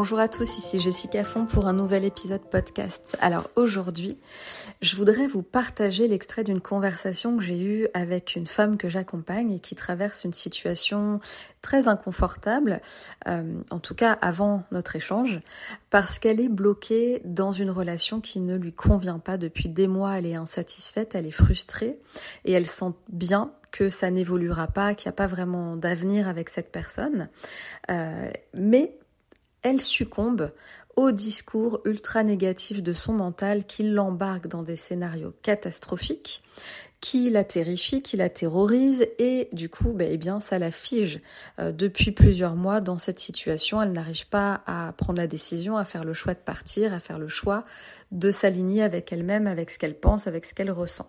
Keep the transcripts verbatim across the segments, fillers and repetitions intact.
Bonjour à tous, ici Jessica Font pour un nouvel épisode podcast. Alors aujourd'hui, je voudrais vous partager l'extrait d'une conversation que j'ai eue avec une femme que j'accompagne et qui traverse une situation très inconfortable, euh, en tout cas avant notre échange, parce qu'elle est bloquée dans une relation qui ne lui convient pas depuis des mois. Elle est insatisfaite, elle est frustrée et elle sent bien que ça n'évoluera pas, qu'il n'y a pas vraiment d'avenir avec cette personne. Euh, mais elle succombe au discours ultra négatif de son mental qui l'embarque dans des scénarios catastrophiques, qui la terrifie, qui la terrorise et du coup, ben, eh bien, ça la fige euh, depuis plusieurs mois dans cette situation. Elle n'arrive pas à prendre la décision, à faire le choix de partir, à faire le choix de s'aligner avec elle-même, avec ce qu'elle pense, avec ce qu'elle ressent.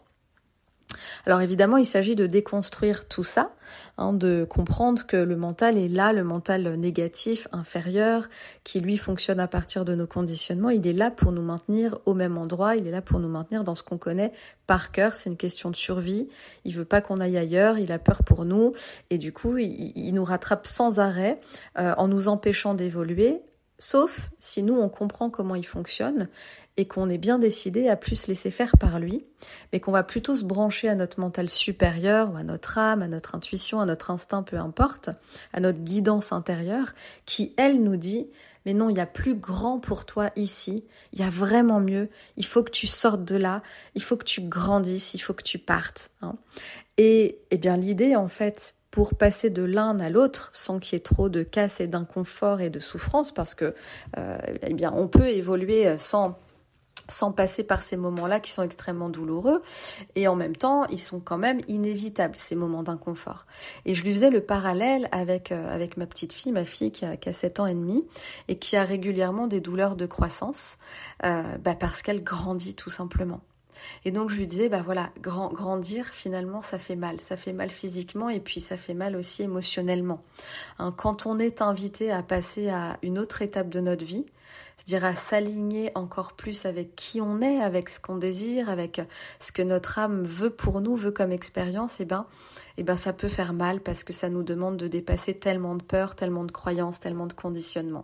Alors évidemment, il s'agit de déconstruire tout ça, hein, de comprendre que le mental est là, le mental négatif, inférieur, qui lui fonctionne à partir de nos conditionnements. Il est là pour nous maintenir au même endroit, il est là pour nous maintenir dans ce qu'on connaît par cœur. C'est une question de survie. Il veut pas qu'on aille ailleurs, il a peur pour nous et du coup, il, il nous rattrape sans arrêt euh, en nous empêchant d'évoluer. Sauf si nous, on comprend comment il fonctionne et qu'on est bien décidé à plus se laisser faire par lui, mais qu'on va plutôt se brancher à notre mental supérieur ou à notre âme, à notre intuition, à notre instinct, peu importe, à notre guidance intérieure, qui, elle, nous dit « Mais non, il y a plus grand pour toi ici, il y a vraiment mieux, il faut que tu sortes de là, il faut que tu grandisses, il faut que tu partes. Hein ». Et eh bien l'idée, en fait, pour passer de l'un à l'autre sans qu'il y ait trop de casse et d'inconfort et de souffrance, parce que euh, eh bien on peut évoluer sans sans passer par ces moments-là qui sont extrêmement douloureux et en même temps ils sont quand même inévitables, ces moments d'inconfort. Et je lui faisais le parallèle avec euh, avec ma petite fille, ma fille qui a, qui a sept ans et demi et qui a régulièrement des douleurs de croissance euh, bah parce qu'elle grandit tout simplement. Et donc je lui disais, bah voilà, grand, grandir finalement ça fait mal, ça fait mal physiquement et puis ça fait mal aussi émotionnellement. Hein, quand on est invité à passer à une autre étape de notre vie, c'est-à-dire à s'aligner encore plus avec qui on est, avec ce qu'on désire, avec ce que notre âme veut pour nous, veut comme expérience, et ben, et ben ça peut faire mal parce que ça nous demande de dépasser tellement de peurs, tellement de croyances, tellement de conditionnements.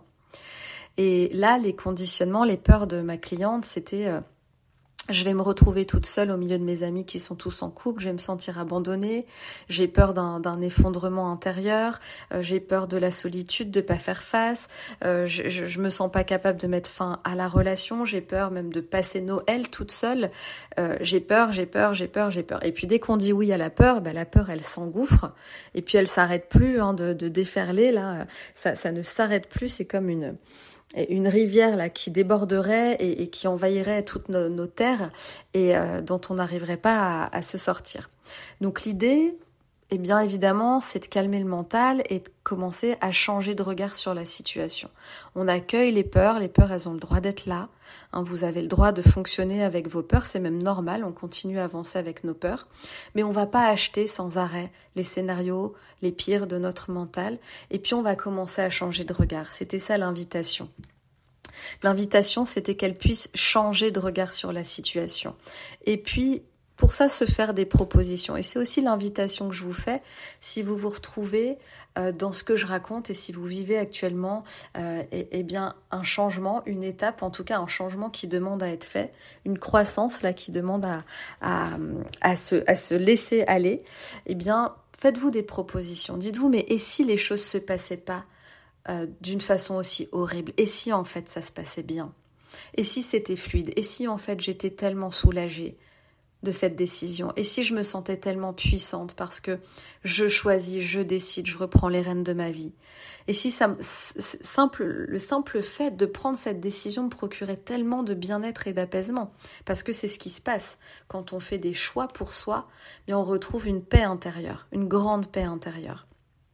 Et là, les conditionnements, les peurs de ma cliente, c'était euh, je vais me retrouver toute seule au milieu de mes amis qui sont tous en couple, je vais me sentir abandonnée, j'ai peur d'un, d'un effondrement intérieur, euh, j'ai peur de la solitude, de pas faire face, euh, je, je, je me sens pas capable de mettre fin à la relation, j'ai peur même de passer Noël toute seule, euh, j'ai peur, j'ai peur, j'ai peur, j'ai peur. Et puis dès qu'on dit oui à la peur, ben la peur elle s'engouffre et puis elle s'arrête plus hein, de, de déferler là, ça, ça ne s'arrête plus, c'est comme une une rivière là qui déborderait et, et qui envahirait toutes nos, nos terres et euh, dont on n'arriverait pas à, à se sortir. Donc l'idée, eh bien évidemment, c'est de calmer le mental et de commencer à changer de regard sur la situation. On accueille les peurs, les peurs elles ont le droit d'être là. Hein, vous avez le droit de fonctionner avec vos peurs, c'est même normal, on continue à avancer avec nos peurs. Mais on va pas acheter sans arrêt les scénarios, les pires de notre mental. Et puis on va commencer à changer de regard. C'était ça l'invitation. L'invitation, c'était qu'elle puisse changer de regard sur la situation. Et puis, pour ça, se faire des propositions. Et c'est aussi l'invitation que je vous fais, si vous vous retrouvez euh, dans ce que je raconte et si vous vivez actuellement euh, eh, eh bien, un changement, une étape, en tout cas un changement qui demande à être fait, une croissance là qui demande à, à, à, se, à se laisser aller, eh bien, faites-vous des propositions. Dites-vous, mais et si les choses se passaient pas euh, d'une façon aussi horrible? Et si en fait ça se passait bien? Et si c'était fluide? Et si en fait j'étais tellement soulagée de cette décision? Et si je me sentais tellement puissante parce que je choisis, je décide, je reprends les rênes de ma vie? Et si ça, simple, le simple fait de prendre cette décision me procurait tellement de bien-être et d'apaisement, parce que c'est ce qui se passe quand on fait des choix pour soi, bien on retrouve une paix intérieure, une grande paix intérieure.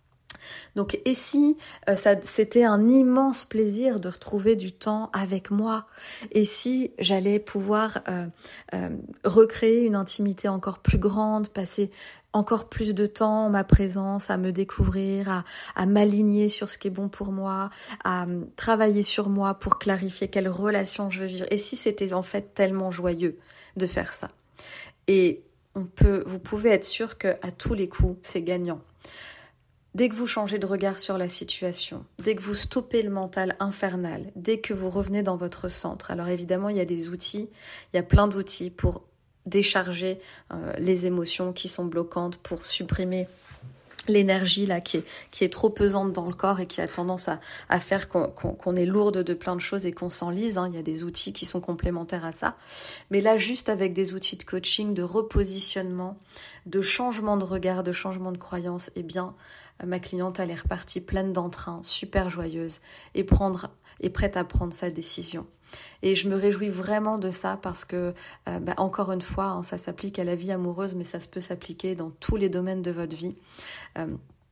Donc, et si euh, ça, c'était un immense plaisir de retrouver du temps avec moi? Et si j'allais pouvoir euh, euh, recréer une intimité encore plus grande, passer encore plus de temps en ma présence, à me découvrir, à, à m'aligner sur ce qui est bon pour moi, à euh, travailler sur moi pour clarifier quelle relation je veux vivre? Et si c'était en fait tellement joyeux de faire ça? Et on peut, vous pouvez être sûr qu'à tous les coups, c'est gagnant. Dès que vous changez de regard sur la situation, dès que vous stoppez le mental infernal, dès que vous revenez dans votre centre, alors évidemment il y a des outils, il y a plein d'outils pour décharger euh, les émotions qui sont bloquantes, pour supprimer l'énergie là qui est, qui est trop pesante dans le corps et qui a tendance à, à faire qu'on, qu'on, qu'on est lourde de plein de choses et qu'on s'enlise, hein. Il y a des outils qui sont complémentaires à ça. Mais là, juste avec des outils de coaching, de repositionnement, de changement de regard, de changement de croyance, eh bien, ma cliente, elle est repartie pleine d'entrain, super joyeuse et, prendre, et prête à prendre sa décision. Et je me réjouis vraiment de ça parce que, euh, bah, encore une fois, hein, ça s'applique à la vie amoureuse, mais ça peut s'appliquer dans tous les domaines de votre vie. Euh,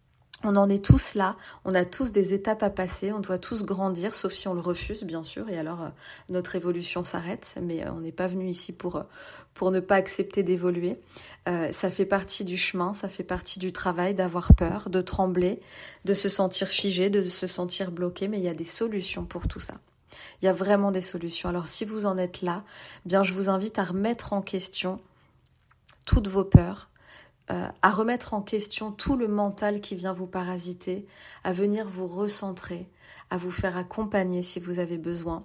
on en est tous là, on a tous des étapes à passer, on doit tous grandir, sauf si on le refuse, bien sûr, et alors euh, notre évolution s'arrête, mais euh, on n'est pas venu ici pour, euh, pour ne pas accepter d'évoluer. Euh, ça fait partie du chemin, ça fait partie du travail, d'avoir peur, de trembler, de se sentir figé, de se sentir bloqué, mais il y a des solutions pour tout ça. Il y a vraiment des solutions. Alors si vous en êtes là, bien je vous invite à remettre en question toutes vos peurs, euh, à remettre en question tout le mental qui vient vous parasiter, à venir vous recentrer, à vous faire accompagner si vous avez besoin.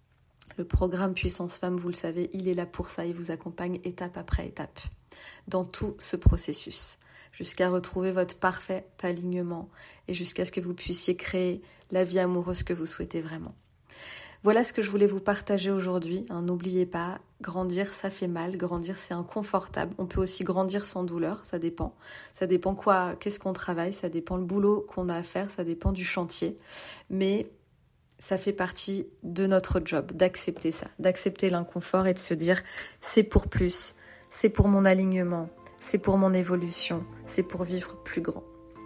Le programme Puissance Femme, vous le savez, il est là pour ça, il vous accompagne étape après étape dans tout ce processus, jusqu'à retrouver votre parfait alignement et jusqu'à ce que vous puissiez créer la vie amoureuse que vous souhaitez vraiment. Voilà ce que je voulais vous partager aujourd'hui. Hein, n'oubliez pas, grandir, ça fait mal. Grandir, c'est inconfortable. On peut aussi grandir sans douleur, ça dépend. Ça dépend quoi, qu'est-ce qu'on travaille, ça dépend le boulot qu'on a à faire, ça dépend du chantier. Mais ça fait partie de notre job, d'accepter ça, d'accepter l'inconfort et de se dire c'est pour plus, c'est pour mon alignement, c'est pour mon évolution, c'est pour vivre plus grand.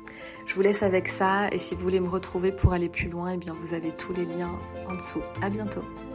Je vous laisse avec ça et si vous voulez me retrouver pour aller plus loin, eh bien vous avez tous les liens en dessous. À bientôt.